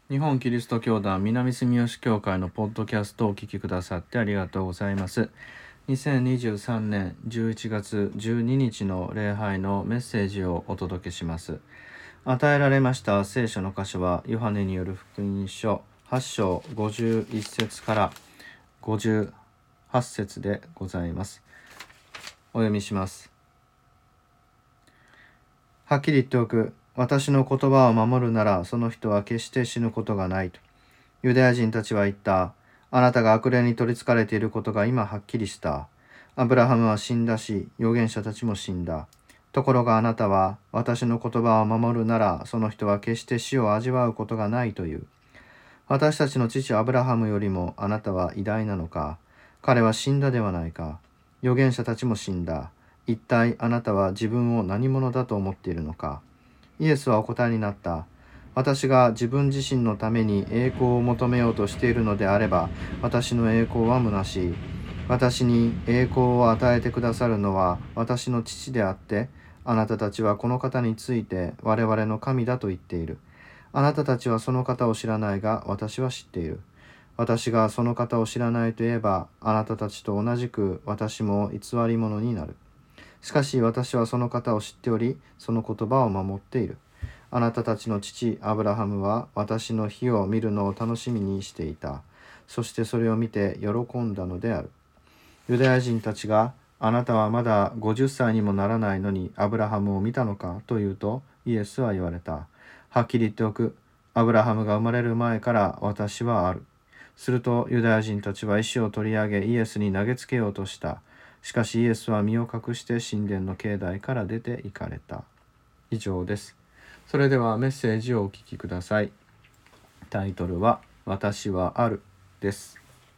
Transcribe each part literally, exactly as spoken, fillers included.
日本キリスト教団南住吉教会のポッドキャストをお聞きくださってありがとうございます。にせんにじゅうさんねんじゅういちがつじゅうににちの礼拝のメッセージをお届けします。与えられました聖書の箇所はヨハネによる福音書はちしょうごじゅういっせつからごじゅうはっせつでございます。お読みします。はっきり言っておく。私の言葉を守るならその人は決して死ぬことがないと。ユダヤ人たちは言った。あなたが悪霊に取りつかれていることが今はっきりした。アブラハムは死んだし、預言者たちも死んだ。ところがあなたは私の言葉を守るならその人は決して死を味わうことがないという。私たちの父アブラハムよりもあなたは偉大なのか。彼は死んだではないか。預言者たちも死んだ。一体あなたは自分を何者だと思っているのか。イエスはお答えになった。私が自分自身のために栄光を求めようとしているのであれば、私の栄光は虚しい。私に栄光を与えてくださるのは私の父であって、あなたたちはこの方について我々の神だと言っている。あなたたちはその方を知らないが、私は知っている。私がその方を知らないと言えば、あなたたちと同じく私も偽り者になる。しかし私はその方を知っており、その言葉を守っている。あなたたちの父アブラハムは私の日を見るのを楽しみにしていた。そしてそれを見て喜んだのである。ユダヤ人たちが、あなたはまだごじゅっさいにもならないのにアブラハムを見たのかと言うと、イエスは言われた。はっきり言っておく。アブラハムが生まれる前から私はある。するとユダヤ人たちは石を取り上げイエスに投げつけようとした。しかしイエスは身を隠して神殿の境内から出て行かれた。以上です。それではメッセージをお聞きください。タイトルは私はあるです。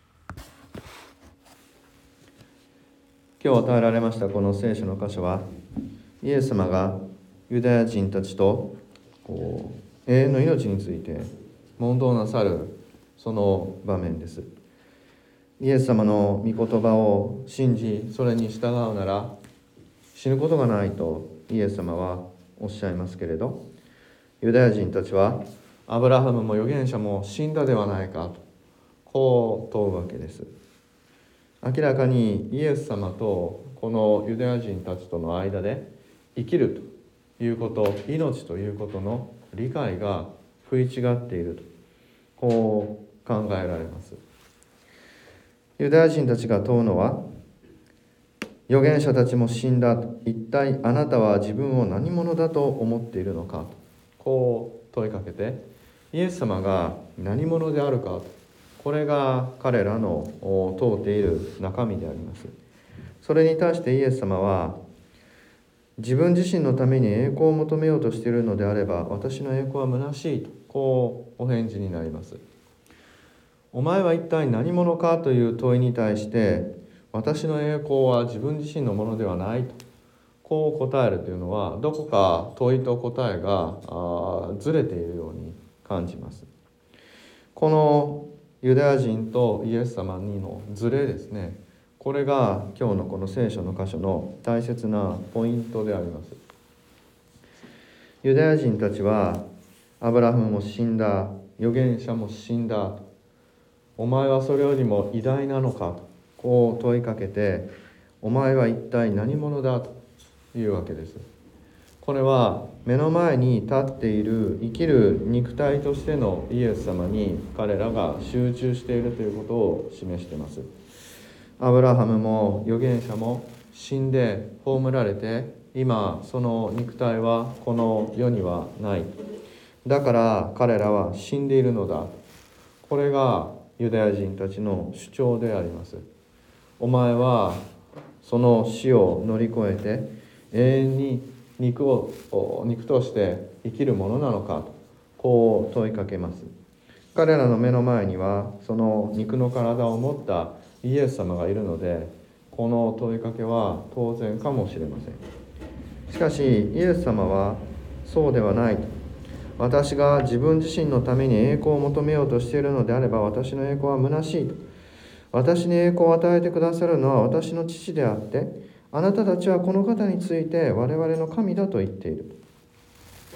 今日与えられましたこの聖書の箇所は、イエス様がユダヤ人たちとこう永遠の命について問答なさるその場面です。イエス様の御言葉を信じ、それに従うなら死ぬことがないとイエス様はおっしゃいますけれど、ユダヤ人たちはアブラハムも預言者も死んだではないかとこう問うわけです。明らかにイエス様とこのユダヤ人たちとの間で生きるということ、命ということの理解が食い違っているとこう考えられます。ユダヤ人たちが問うのは、預言者たちも死んだと、一体あなたは自分を何者だと思っているのかとこう問いかけて、イエス様が何者であるかと、これが彼らの問うている中身であります。それに対してイエス様は、自分自身のために栄光を求めようとしているのであれば、私の栄光は虚しいとこうお返事になります。お前は一体何者かという問いに対して、私の栄光は自分自身のものではないとこう答えるというのは、どこか問いと答えがずれているように感じます。このユダヤ人とイエス様にのズレですね、これが今日のこの聖書の箇所の大切なポイントであります。ユダヤ人たちは、アブラハムも死んだ、預言者も死んだ、お前はそれよりも偉大なのかとこう問いかけて、お前は一体何者だというわけです。これは目の前に立っている生きる肉体としてのイエス様に彼らが集中しているということを示しています。アブラハムも預言者も死んで葬られて、今その肉体はこの世にはない。だから彼らは死んでいるのだ。これがユダヤ人たちの主張であります。お前はその死を乗り越えて永遠に肉を肉として生きるものなのかとこう問いかけます。彼らの目の前にはその肉の体を持ったイエス様がいるので、この問いかけは当然かもしれません。しかしイエス様はそうではないと。私が自分自身のために栄光を求めようとしているのであれば、私の栄光は虚しいと。私に栄光を与えてくださるのは私の父であって、あなたたちはこの方について我々の神だと言っている。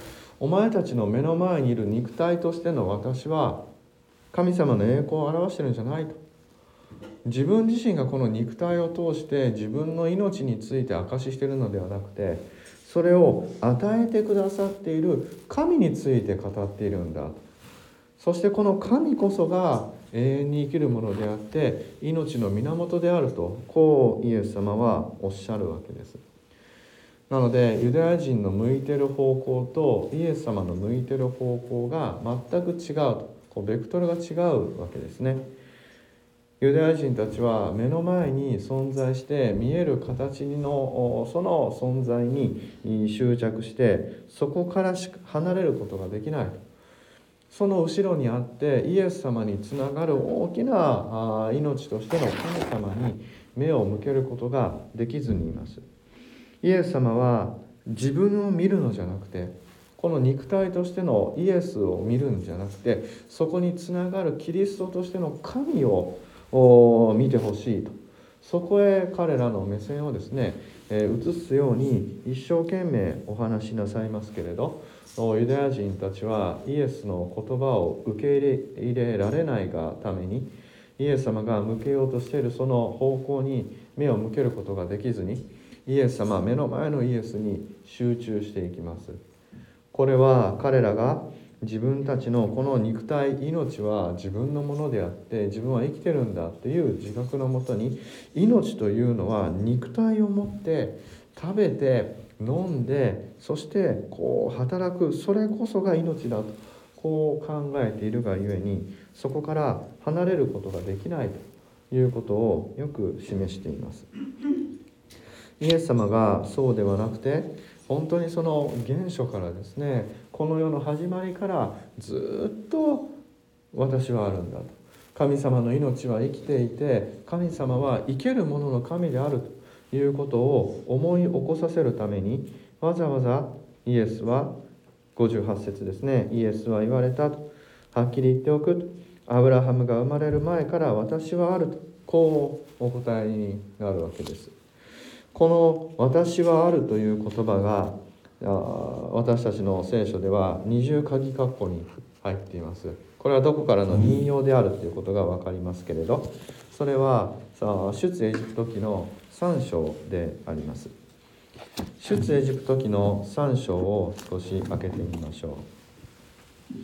お前たちの目の前にいる肉体としての私は神様の栄光を表しているんじゃないと。自分自身がこの肉体を通して自分の命について証ししているのではなくて、それを与えてくださっている神について語っているんだ。そしてこの神こそが永遠に生きるものであって命の源であると、こうイエス様はおっしゃるわけです。なのでユダヤ人の向いてる方向とイエス様の向いてる方向が全く違うと、こうベクトルが違うわけですね。ユダヤ人たちは目の前に存在して見える形のその存在に執着して、そこからしか離れることができない。その後ろにあってイエス様につながる大きな命としての神様に目を向けることができずにいます。イエス様は自分を見るのじゃなくて、この肉体としてのイエスを見るんじゃなくて、そこにつながるキリストとしての神を見てほしいと、そこへ彼らの目線をですね、えー、移すように一生懸命お話しなさいますけれど、ユダヤ人たちはイエスの言葉を受け入れられないがために、イエス様が向けようとしているその方向に目を向けることができずに、イエス様、目の前のイエスに集中していきます。これは彼らが自分たちのこの肉体、命は自分のものであって自分は生きてるんだっていう自覚のもとに、命というのは肉体を持って食べて飲んで、そしてこう働く、それこそが命だとこう考えているがゆえに、そこから離れることができないということをよく示しています。イエス様がそうではなくて、本当にその原初からですね、この世の始まりからずっと私はあるんだと、神様の命は生きていて、神様は生けるものの神であるということを思い起こさせるために、わざわざイエスはごじゅうはち節ですね、イエスは言われたと、はっきり言っておくと、アブラハムが生まれる前から私はあると、こうお答えになるわけです。この私はあるという言葉が私たちの聖書では二重鍵括弧に入っています。これはどこからの引用であるということが分かりますけれど、それは出エジプト記のさん章であります。出エジプト記のさん章を少し開けてみましょう。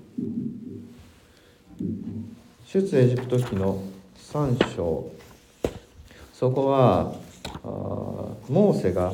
出エジプト記のさん章、そこはモーセが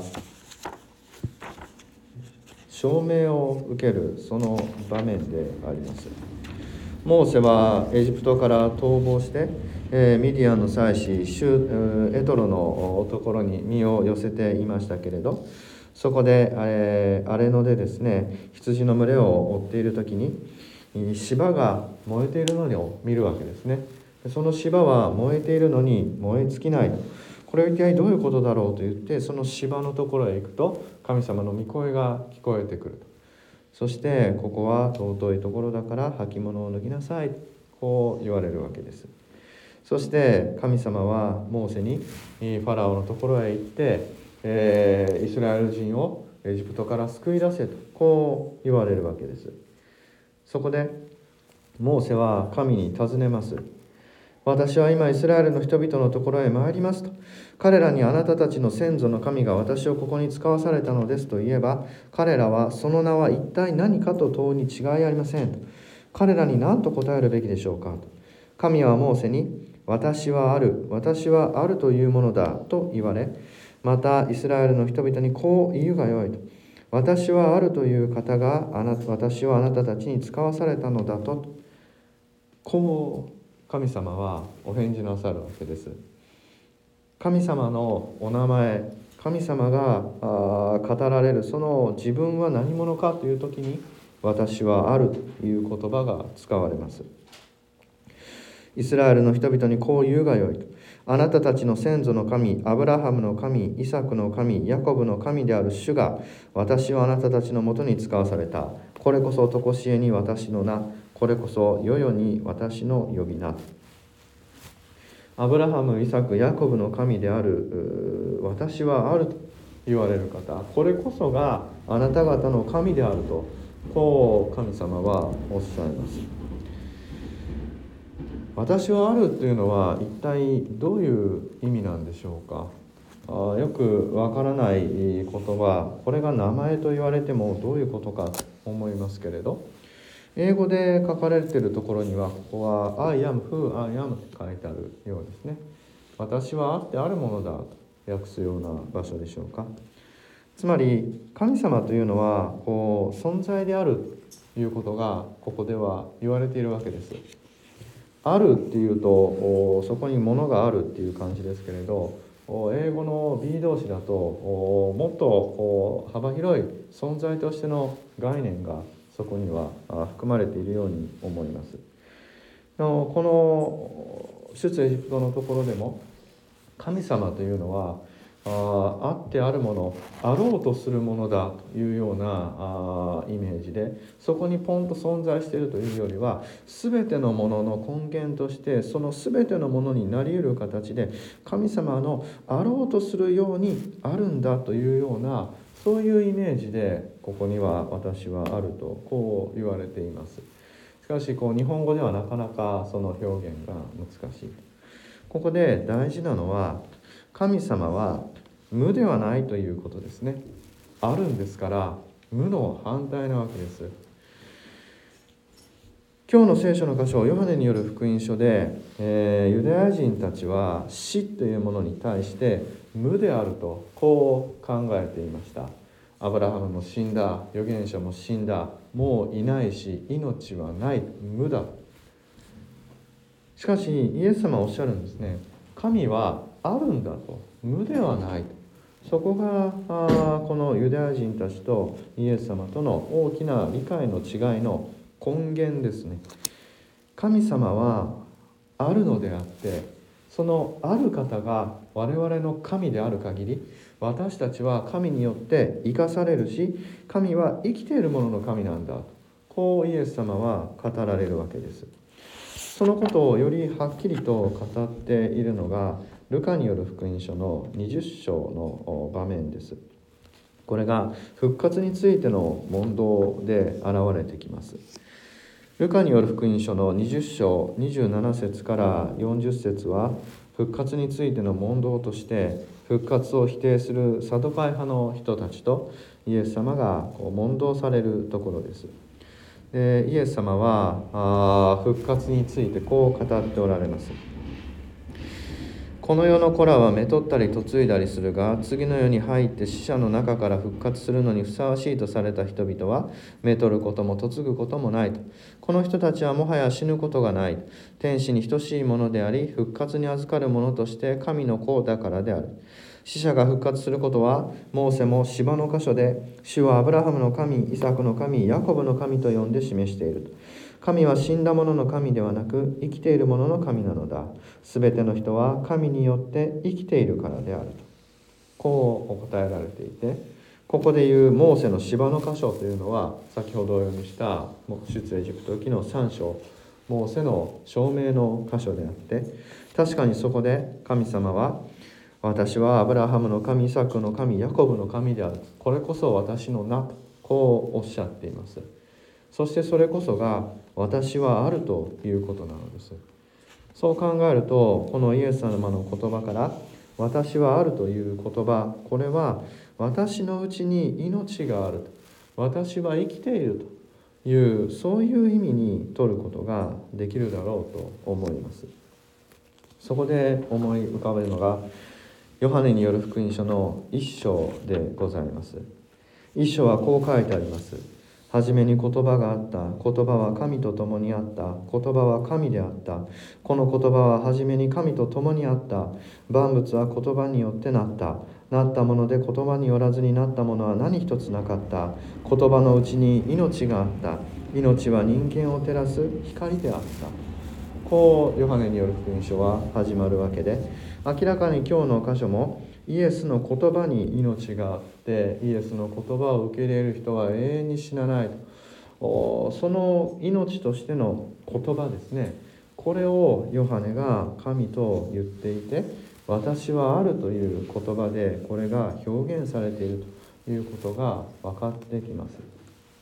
証明を受けるその場面であります。モーセはエジプトから逃亡して、えー、ミディアンの祭司エトロのところに身を寄せていましたけれど、そこで、えー、荒れ野でですね、羊の群れを追っている時に芝が燃えているのを見るわけですね。その芝は燃えているのに燃え尽きない。これは一体どういうことだろうと言って、その芝のところへ行くと神様の御声が聞こえてくると。そしてここは尊いところだから履物を脱ぎなさい、こう言われるわけです。そして神様はモーセにファラオのところへ行って、えー、イスラエル人をエジプトから救い出せと、こう言われるわけです。そこでモーセは神に尋ねます。私は今イスラエルの人々のところへ参りますと、彼らにあなたたちの先祖の神が私をここに使わされたのですと言えば、彼らはその名は一体何かと問うに違いありませんと、彼らに何と答えるべきでしょうかと。神はモーセに、私はある、私はあるというものだと言われ、またイスラエルの人々にこう言うがよいと、私はあるという方があなた私はあなたたちに使わされたのだと、こう神様はお返事なさるわけです。神様のお名前、神様が語られるその自分は何者かという時に、私はあるという言葉が使われます。イスラエルの人々にこう言うがよいと、あなたたちの先祖の神、アブラハムの神、イサクの神、ヤコブの神である主が、私はあなたたちのもとに使わされた。これこそ常しえに私の名、これこそ世々に私の呼び名。アブラハム、イサク、ヤコブの神である私はあると言われる方、これこそがあなた方の神であるとこう神様はおっしゃいます。私はあるというのは一体どういう意味なんでしょうか。あよくわからない言葉、これが名前と言われてもどういうことかと思いますけれど、英語で書かれているところには、ここは I am who I am って書いてあるようですね。私はあってあるものだと訳すような場所でしょうか。つまり神様というのはこう存在であるということがここでは言われているわけです。あるっていうとそこに物があるっていう感じですけれど、英語の B 動詞だともっと幅広い存在としての概念がそこには含まれているように思います。この出エジプトのところでも神様というのはあ, あってあるもの、あろうとするものだというようなあイメージで、そこにポンと存在しているというよりは、全てのものの根源としてその全てのものになり得る形で神様のあろうとするようにあるんだというような、そういうイメージでここには私はあるとこう言われています。しかしこう日本語ではなかなかその表現が難しい。ここで大事なのは、神様は無ではないということですね。あるんですから無の反対なわけです。今日の聖書の箇所、ヨハネによる福音書で、えー、ユダヤ人たちは死というものに対して無であるとこう考えていました。アブラハムも死んだ、預言者も死んだ、もういないし命はない、無だ。しかしイエス様はおっしゃるんですね。神はあるんだと、無ではないと。そこがあこのユダヤ人たちとイエス様との大きな理解の違いの根源ですね。神様はあるのであって、そのある方が我々の神である限り、私たちは神によって生かされるし、神は生きているものの神なんだと、こうイエス様は語られるわけです。そのことをよりはっきりと語っているのがルカによる福音書のにじゅっ章の場面です。これが復活についての問答で現れてきます。ルカによる福音書のにじゅっ章にじゅうなな節からよんじゅっ節は、復活についての問答として復活を否定するサドカイ派の人たちとイエス様が問答されるところです。でイエス様はあ復活についてこう語っておられます。この世の子らはめとったり嫁いだりするが、次の世に入って死者の中から復活するのにふさわしいとされた人々はめとることも嫁ぐこともないと。この人たちはもはや死ぬことがない。天使に等しいものであり、復活に預かるものとして神の子だからである。死者が復活することは、モーセも芝の箇所で、主はアブラハムの神、イサクの神、ヤコブの神と呼んで示していると。神は死んだ者の神ではなく、生きている者の神なのだ。すべての人は神によって生きているからであると。こうお答えられていて、ここでいうモーセの芝の箇所というのは、先ほどお読みした出エジプト記のさん章、モーセの証明の箇所であって、確かにそこで神様は、私はアブラハムの神、イサクの神、ヤコブの神である。これこそ私の名と、こうおっしゃっています。そしてそれこそが私はあるということなのです。そう考えると、このイエス様の言葉から私はあるという言葉、これは私のうちに命があると、私は生きているという、そういう意味に取ることができるだろうと思います。そこで思い浮かべるのがヨハネによる福音書の一章でございます。一章はこう書いてあります。はじめに言葉があった。言葉は神と共にあった。言葉は神であった。この言葉ははじめに神と共にあった。万物は言葉によってなった。なったもので言葉によらずになったものは何一つなかった。言葉のうちに命があった。命は人間を照らす光であった。こうヨハネによる福音書は始まるわけで、明らかに今日の箇所もイエスの言葉に命があって、イエスの言葉を受け入れる人は永遠に死なないと、その命としての言葉ですね、これをヨハネが神と言っていて、私はあるという言葉でこれが表現されているということが分かってきます。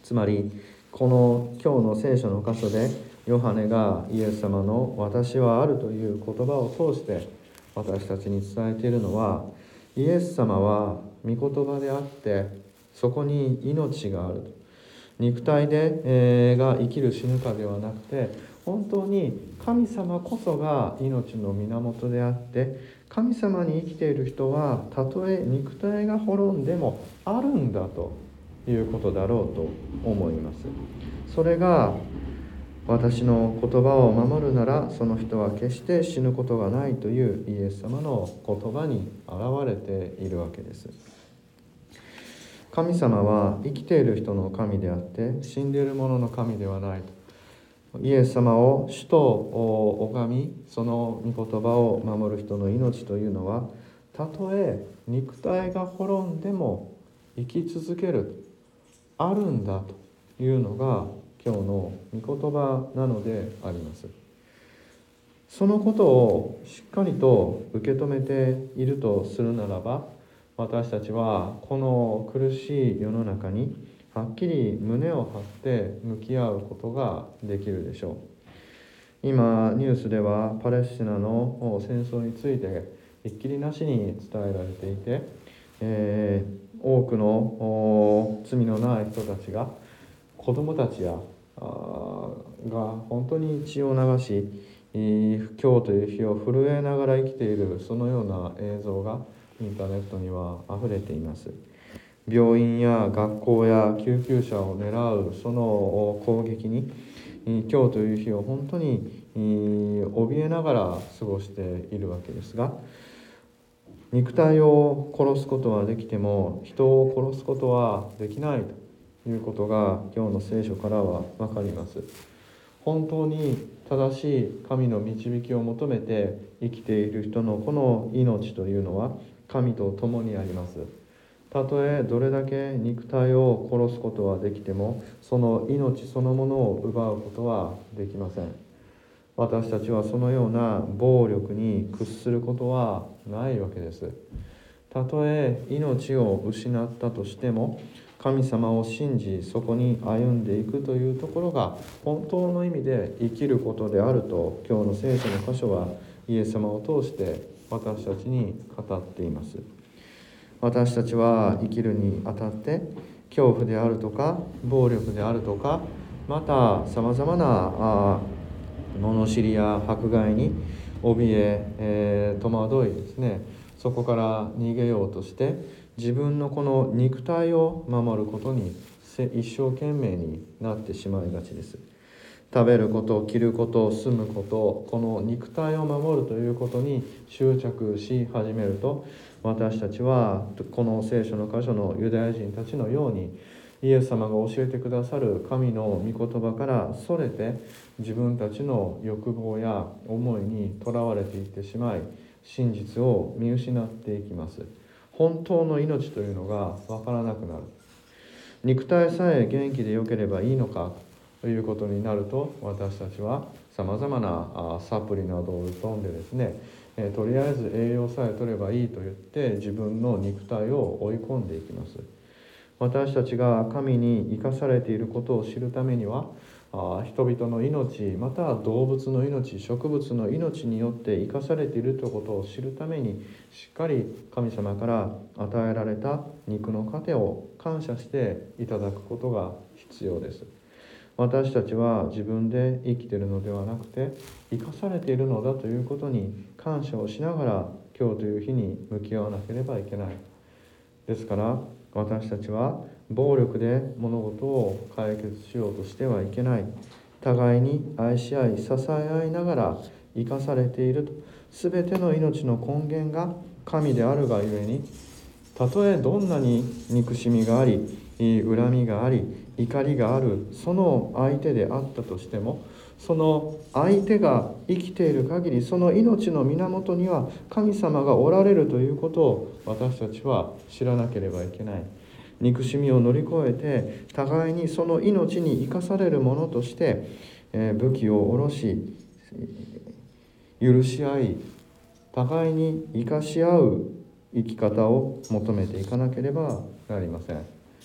つまりこの今日の聖書の箇所でヨハネがイエス様の私はあるという言葉を通して私たちに伝えているのは、イエス様は御言葉であってそこに命があると。肉体で、えー、が生きる死ぬかではなくて、本当に神様こそが命の源であって、神様に生きている人はたとえ肉体が滅んでもあるんだということだろうと思います。それが私の言葉を守るならその人は決して死ぬことがないというイエス様の言葉に表れているわけです。神様は生きている人の神であって死んでいる者の神ではないと。イエス様を主と拝み、その御言葉を守る人の命というのは、たとえ肉体が滅んでも生き続ける、あるんだというのが今日の御言葉なのであります。そのことをしっかりと受け止めているとするならば、私たちはこの苦しい世の中にはっきり胸を張って向き合うことができるでしょう。今ニュースではパレスチナの戦争についてひっきりなしに伝えられていて、えー、多くの罪のない人たちが、子どもたちやが本当に血を流し、今日という日を震えながら生きている、そのような映像がインターネットにはあふれています。病院や学校や救急車を狙うその攻撃に、今日という日を本当に怯えながら過ごしているわけですが、肉体を殺すことはできても人を殺すことはできないということが今日の聖書からは分かります。本当に正しい神の導きを求めて生きている人のこの命というのは神と共にあります。たとえどれだけ肉体を殺すことはできても、その命そのものを奪うことはできません。私たちはそのような暴力に屈することはないわけです。たとえ命を失ったとしても、神様を信じそこに歩んでいくというところが本当の意味で生きることであると、今日の聖書の箇所はイエス様を通して私たちに語っています。私たちは生きるにあたって恐怖であるとか暴力であるとか、またさまざまな罵りや迫害に怯ええー、戸惑いですね、そこから逃げようとして自分のこの肉体を守ることに一生懸命になってしまいがちです。食べること、着ること、住むこと、この肉体を守るということに執着し始めると、私たちはこの聖書の箇所のユダヤ人たちのように、イエス様が教えてくださる神の御言葉からそれて自分たちの欲望や思いにとらわれていってしまい、真実を見失っていきます。本当の命というのがわからなくなる。肉体さえ元気でよければいいのかということになると、私たちはさまざまなサプリなどを飛んでですね、えとりあえず栄養さえ取ればいいと言って自分の肉体を追い込んでいきます。私たちが神に生かされていることを知るためには、あ人々の命、また動物の命、植物の命によって生かされているということを知るために、しっかり神様から与えられた肉の糧を感謝していただくことが必要です。私たちは自分で生きているのではなくて、生かされているのだということに感謝をしながら今日という日に向き合わなければいけない。ですから私たちは暴力で物事を解決しようとしてはいけない。互いに愛し合い支え合いながら生かされていると。すべての命の根源が神であるがゆえに、たとえどんなに憎しみがあり、恨みがあり、怒りがあるその相手であったとしても、その相手が生きている限り、その命の源には神様がおられるということを私たちは知らなければいけない。憎しみを乗り越えて互いにその命に生かされるものとして、えー、武器を下ろし許し合い、互いに生かし合う生き方を求めていかなければなりません。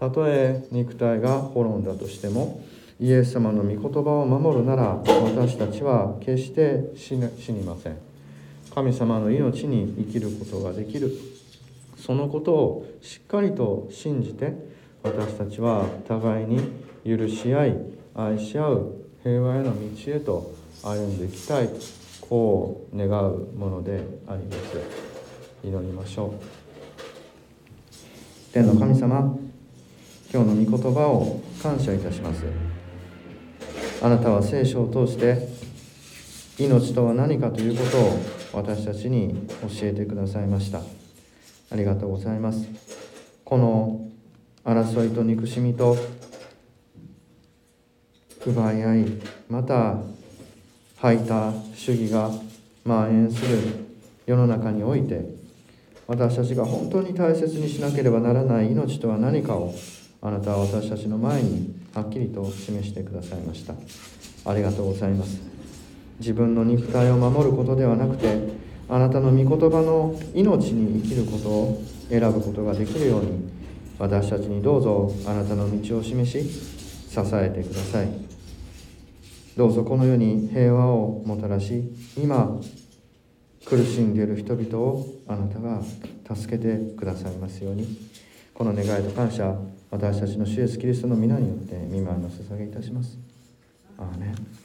たとえ肉体が滅んだとしても、イエス様の御言葉を守るなら、私たちは決して死にません。神様の命に生きることができる。そのことをしっかりと信じて、私たちは互いに許し合い、愛し合う平和への道へと歩んでいきたい、こう願うものであります。祈りましょう。天の神様、今日の御言葉を感謝いたします。あなたは聖書を通して命とは何かということを私たちに教えてくださいました。ありがとうございます。この争いと憎しみと奪い合い、また排他主義が蔓延する世の中において、私たちが本当に大切にしなければならない命とは何かをあなたは私たちの前にはっきりと示してくださいました。ありがとうございます。自分の肉体を守ることではなくて、あなたの御言葉の命に生きることを選ぶことができるように、私たちにどうぞあなたの道を示し支えてください。どうぞこの世に平和をもたらし、今苦しんでいる人々をあなたが助けてくださいますように、この願いと感謝、私たちの主イエスキリストの皆によって御前の捧げいたします。アーメン。